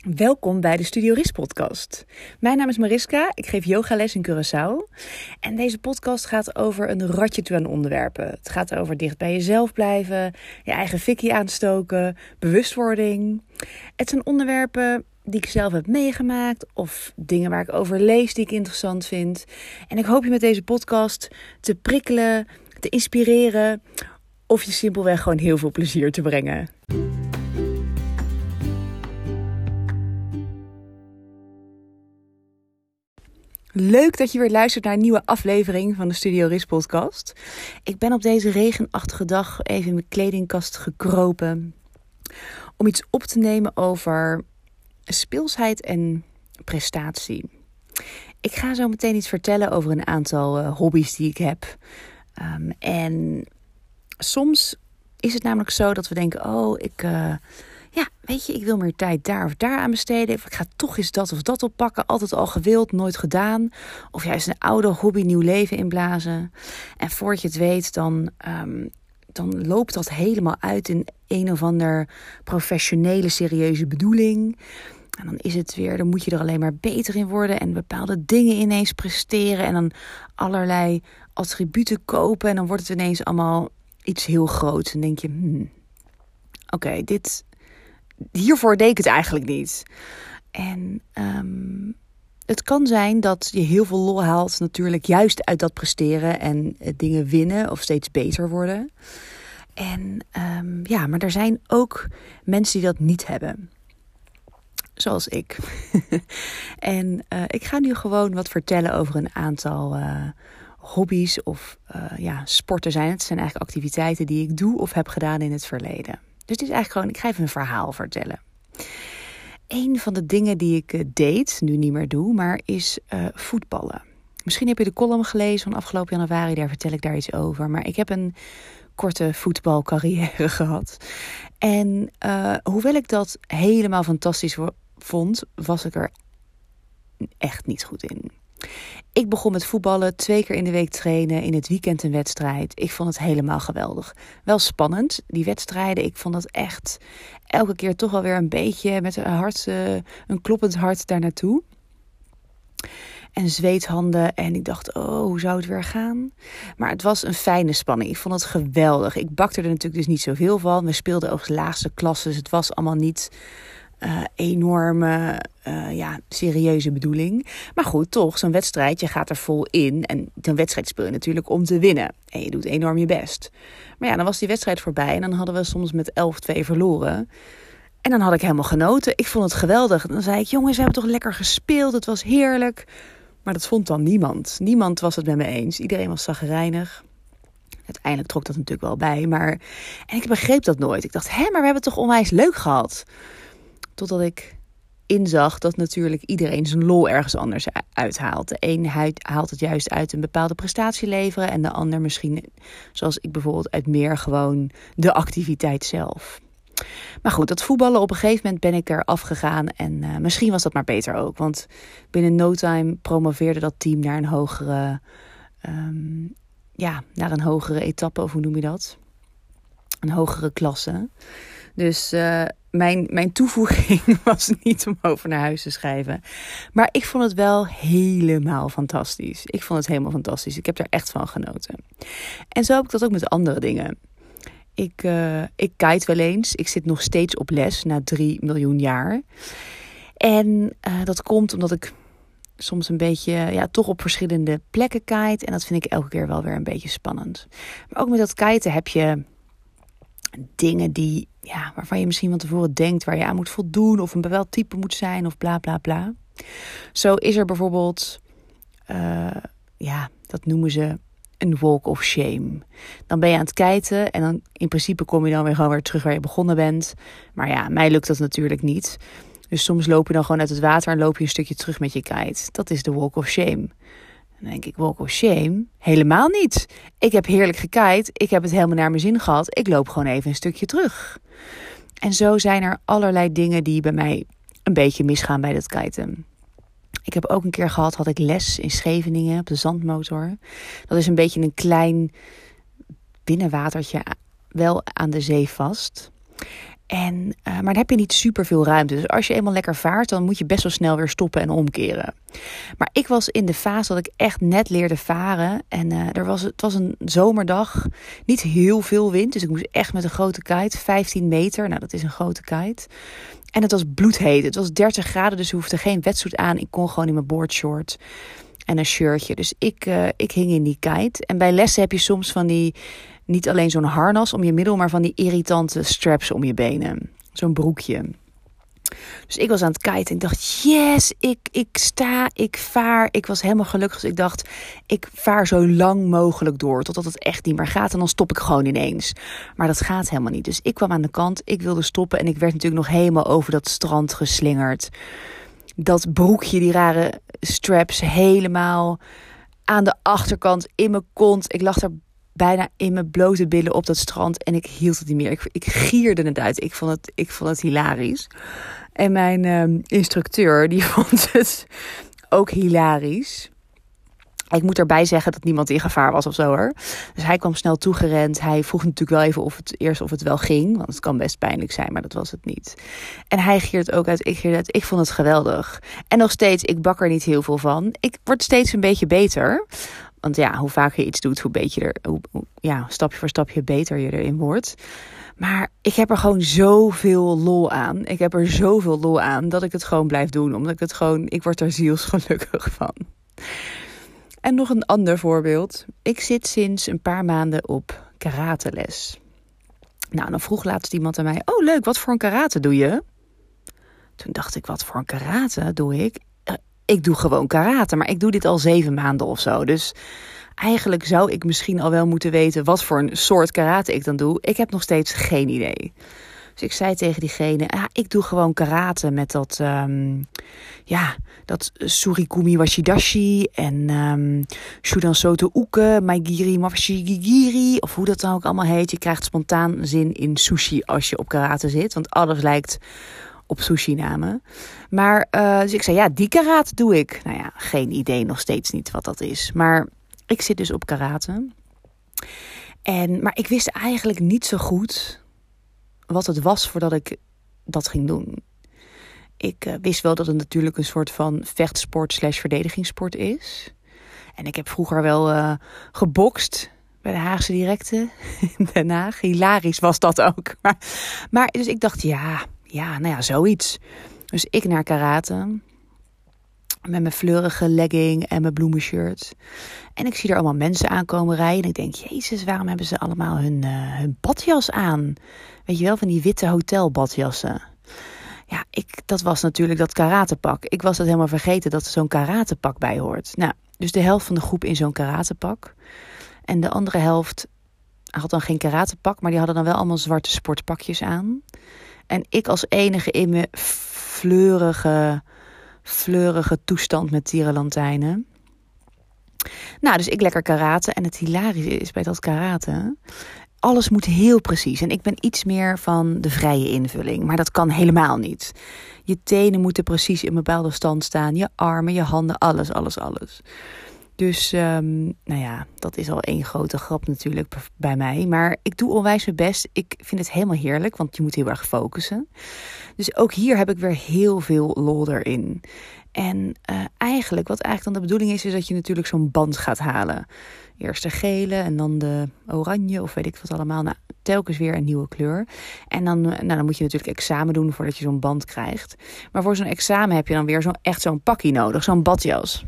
Welkom bij de Studio RIS podcast. Mijn naam is Mariska, ik geef yogales in Curaçao. En deze podcast gaat over een ratje aan onderwerpen. Het gaat over dicht bij jezelf blijven, je eigen fikkie aanstoken, bewustwording. Het zijn onderwerpen die ik zelf heb meegemaakt of dingen waar ik over lees die ik interessant vind. En ik hoop je met deze podcast te prikkelen, te inspireren of je simpelweg gewoon heel veel plezier te brengen. Leuk dat je weer luistert naar een nieuwe aflevering van de Studio RIS podcast. Ik ben op deze regenachtige dag even in mijn kledingkast gekropen om iets op te nemen over speelsheid en prestatie. Ik ga zo meteen iets vertellen over een aantal hobby's die ik heb. En soms is het namelijk zo dat we denken, ik wil meer tijd daar of daar aan besteden. Of ik ga toch eens dat of dat oppakken. Altijd al gewild, nooit gedaan. Of juist een oude hobby nieuw leven inblazen. En voordat je het weet, dan loopt dat helemaal uit in een of ander professionele, serieuze bedoeling. En dan is het weer, dan moet je er alleen maar beter in worden. En bepaalde dingen ineens presteren. En dan allerlei attributen kopen. En dan wordt het ineens allemaal iets heel groots. En denk je, hiervoor deed ik het eigenlijk niet. En het kan zijn dat je heel veel lol haalt natuurlijk juist uit dat presteren en dingen winnen of steeds beter worden. En maar er zijn ook mensen die dat niet hebben. Zoals ik. En ik ga nu gewoon wat vertellen over een aantal hobby's of sporten zijn. Het zijn eigenlijk activiteiten die ik doe of heb gedaan in het verleden. Dus het is eigenlijk gewoon, ik ga even een verhaal vertellen. Een van de dingen die ik deed, nu niet meer doe, maar is voetballen. Misschien heb je de column gelezen van afgelopen januari, daar vertel ik daar iets over. Maar ik heb een korte voetbalcarrière gehad. En hoewel ik dat helemaal fantastisch vond, was ik er echt niet goed in. Ik begon met voetballen, 2 keer in de week trainen, in het weekend een wedstrijd. Ik vond het helemaal geweldig. Wel spannend, die wedstrijden. Ik vond dat echt elke keer toch wel weer een beetje met een kloppend hart daar naartoe. En zweethanden en ik dacht, hoe zou het weer gaan? Maar het was een fijne spanning. Ik vond het geweldig. Ik bakte er natuurlijk dus niet zoveel van. We speelden ook de laagste klassen, dus het was allemaal niet enorme, serieuze bedoeling. Maar goed, toch, zo'n wedstrijd, je gaat er vol in. En zo'n wedstrijd speel je natuurlijk om te winnen. En je doet enorm je best. Maar ja, dan was die wedstrijd voorbij en dan hadden we soms met 11-2 verloren. En dan had ik helemaal genoten. Ik vond het geweldig. Dan zei ik, jongens, we hebben toch lekker gespeeld. Het was heerlijk. Maar dat vond dan niemand. Niemand was het met me eens. Iedereen was chagrijnig. Uiteindelijk trok dat natuurlijk wel bij. En ik begreep dat nooit. Ik dacht, maar we hebben het toch onwijs leuk gehad. Totdat ik inzag dat natuurlijk iedereen zijn lol ergens anders uithaalt. De een haalt het juist uit een bepaalde prestatie leveren. En de ander misschien, zoals ik bijvoorbeeld, uit meer gewoon de activiteit zelf. Maar goed, dat voetballen, op een gegeven moment ben ik er afgegaan. En misschien was dat maar beter ook. Want binnen no time promoveerde dat team naar een hogere etappe. Of hoe noem je dat? Een hogere klasse. Dus mijn toevoeging was niet om over naar huis te schrijven. Maar ik vond het wel helemaal fantastisch. Ik vond het helemaal fantastisch. Ik heb er echt van genoten. En zo heb ik dat ook met andere dingen. Ik kite wel eens. Ik zit nog steeds op les na 3 miljoen jaar. En dat komt omdat ik soms een beetje toch op verschillende plekken kite. En dat vind ik elke keer wel weer een beetje spannend. Maar ook met dat kiten heb je dingen waarvan je misschien van tevoren denkt waar je aan moet voldoen. Of een bepaald type moet zijn of bla bla bla. Zo is er bijvoorbeeld, dat noemen ze een walk of shame. Dan ben je aan het kiten en dan in principe kom je dan weer gewoon weer terug waar je begonnen bent. Maar ja, mij lukt dat natuurlijk niet. Dus soms loop je dan gewoon uit het water en loop je een stukje terug met je kite. Dat is de walk of shame. Dan denk ik, walk of shame? Helemaal niet. Ik heb heerlijk gekite. Ik heb het helemaal naar mijn zin gehad. Ik loop gewoon even een stukje terug. En zo zijn er allerlei dingen die bij mij een beetje misgaan bij dat kiten. Ik heb ook een keer gehad, had ik les in Scheveningen op de zandmotor. Dat is een beetje een klein binnenwatertje, wel aan de zee vast. Maar dan heb je niet super veel ruimte. Dus als je eenmaal lekker vaart, dan moet je best wel snel weer stoppen en omkeren. Maar ik was in de fase dat ik echt net leerde varen. En het was een zomerdag. Niet heel veel wind. Dus ik moest echt met een grote kite. 15 meter. Nou, dat is een grote kite. En het was bloedheet. Het was 30 graden, dus er hoefde geen wetsuit aan. Ik kon gewoon in mijn boardshort en een shirtje. Dus ik hing in die kite. En bij lessen heb je soms van die... Niet alleen zo'n harnas om je middel, maar van die irritante straps om je benen. Zo'n broekje. Dus ik was aan het kiten en ik dacht, yes, ik vaar. Ik was helemaal gelukkig. Dus ik dacht, ik vaar zo lang mogelijk door, totdat het echt niet meer gaat. En dan stop ik gewoon ineens. Maar dat gaat helemaal niet. Dus ik kwam aan de kant, ik wilde stoppen. En ik werd natuurlijk nog helemaal over dat strand geslingerd. Dat broekje, die rare straps, helemaal aan de achterkant in mijn kont. Ik lag daar bijna in mijn blote billen op dat strand. En ik hield het niet meer. Ik gierde het uit. Ik vond het hilarisch. En mijn instructeur, die vond het ook hilarisch. Ik moet erbij zeggen dat niemand in gevaar was of zo hoor. Dus hij kwam snel toegerend. Hij vroeg natuurlijk wel even of het wel ging. Want het kan best pijnlijk zijn, maar dat was het niet. En hij giert ook uit. Ik gierde uit. Ik vond het geweldig. En nog steeds, ik bak er niet heel veel van. Ik word steeds een beetje beter. Want ja, hoe vaker je iets doet, hoe stapje voor stapje beter je erin wordt. Maar ik heb er gewoon zoveel lol aan. Ik heb er zoveel lol aan dat ik het gewoon blijf doen. Omdat ik word er zielsgelukkig van. En nog een ander voorbeeld. Ik zit sinds een paar maanden op karateles. Nou, dan vroeg laatst iemand aan mij, oh leuk, wat voor een karate doe je? Toen dacht ik, wat voor een karate doe ik? Ik doe gewoon karate, maar ik doe dit al 7 maanden of zo. Dus eigenlijk zou ik misschien al wel moeten weten wat voor een soort karate ik dan doe. Ik heb nog steeds geen idee. Dus ik zei tegen diegene, ik doe gewoon karate met dat surikumi washidashi en shudan soto uke, maigiri mafashigiri, of hoe dat dan ook allemaal heet. Je krijgt spontaan zin in sushi als je op karate zit, want alles lijkt op sushi-namen. Maar dus ik zei, die karate doe ik. Nou ja, geen idee, nog steeds niet wat dat is. Maar ik zit dus op karate. Maar ik wist eigenlijk niet zo goed wat het was voordat ik dat ging doen. Ik wist wel dat het natuurlijk een soort van vechtsport / verdedigingssport is. En ik heb vroeger wel gebokst bij de Haagse Directe in Den Haag. Hilarisch was dat ook. Maar dus ik dacht, zoiets. Dus ik naar karate. Met mijn fleurige legging en mijn bloemenshirt. En ik zie er allemaal mensen aankomen rijden. En ik denk, jezus, waarom hebben ze allemaal hun badjas aan? Weet je wel, van die witte hotelbadjassen. Ja, dat was natuurlijk dat karatepak. Ik was het helemaal vergeten dat er zo'n karatepak bij hoort. Nou, dus de helft van de groep in zo'n karatepak. En de andere helft had dan geen karatepak, maar die hadden dan wel allemaal zwarte sportpakjes aan. En ik als enige in mijn fleurige toestand met tierenlantijnen. Nou, dus ik lekker karate. En het hilarische is bij dat karate, alles moet heel precies. En ik ben iets meer van de vrije invulling. Maar dat kan helemaal niet. Je tenen moeten precies in een bepaalde stand staan. Je armen, je handen, alles. Dus, dat is al één grote grap natuurlijk bij mij. Maar ik doe onwijs mijn best. Ik vind het helemaal heerlijk, want je moet heel erg focussen. Dus ook hier heb ik weer heel veel lol erin. En wat eigenlijk dan de bedoeling is dat je natuurlijk zo'n band gaat halen. Eerst de gele en dan de oranje of weet ik wat allemaal. Nou, telkens weer een nieuwe kleur. En dan moet je natuurlijk examen doen voordat je zo'n band krijgt. Maar voor zo'n examen heb je dan weer zo'n pakkie nodig, zo'n badjas.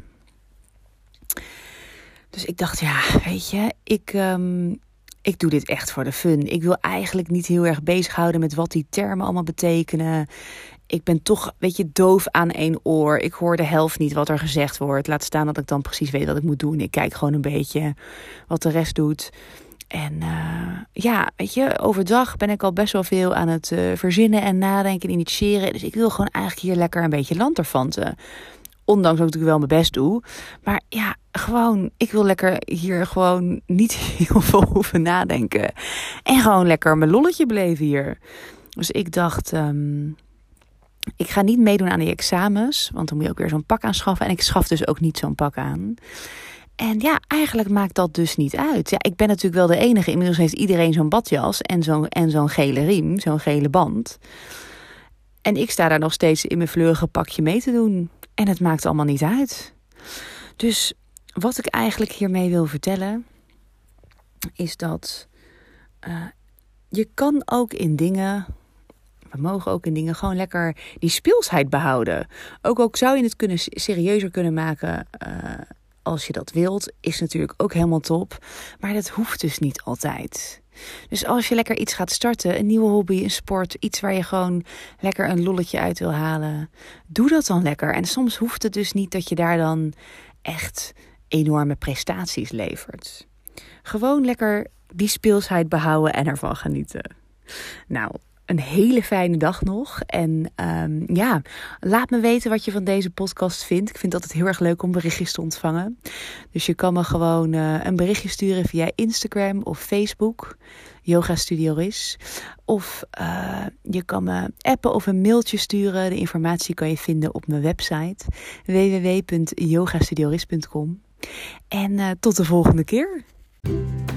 Dus ik dacht, weet je, ik doe dit echt voor de fun. Ik wil eigenlijk niet heel erg bezighouden met wat die termen allemaal betekenen. Ik ben toch, doof aan één oor. Ik hoor de helft niet wat er gezegd wordt. Laat staan dat ik dan precies weet wat ik moet doen. Ik kijk gewoon een beetje wat de rest doet. En overdag ben ik al best wel veel aan het verzinnen en nadenken en initiëren. Dus ik wil gewoon eigenlijk hier lekker een beetje lanterfanten. Ondanks dat ik wel mijn best doe. Maar ik wil lekker hier gewoon niet heel veel hoeven nadenken. En gewoon lekker mijn lolletje beleven hier. Dus ik dacht, ik ga niet meedoen aan die examens. Want dan moet je ook weer zo'n pak aanschaffen. En ik schaf dus ook niet zo'n pak aan. En ja, eigenlijk maakt dat dus niet uit. Ja, ik ben natuurlijk wel de enige. Inmiddels heeft iedereen zo'n badjas en zo'n gele riem, zo'n gele band. En ik sta daar nog steeds in mijn fleurige pakje mee te doen. En het maakt allemaal niet uit. Dus wat ik eigenlijk hiermee wil vertellen, is dat je kan ook in dingen, we mogen ook in dingen gewoon lekker die speelsheid behouden. Ook zou je het serieuzer kunnen maken als je dat wilt, is natuurlijk ook helemaal top. Maar dat hoeft dus niet altijd. Dus als je lekker iets gaat starten, een nieuwe hobby, een sport, iets waar je gewoon lekker een lolletje uit wil halen, doe dat dan lekker. En soms hoeft het dus niet dat je daar dan echt enorme prestaties levert. Gewoon lekker die speelsheid behouden en ervan genieten. Nou, een hele fijne dag nog. En laat me weten wat je van deze podcast vindt. Ik vind het altijd heel erg leuk om berichtjes te ontvangen. Dus je kan me gewoon een berichtje sturen via Instagram of Facebook. Yoga Studio Riz. Of je kan me appen of een mailtje sturen. De informatie kan je vinden op mijn website www.yogastudioris.com. En tot de volgende keer.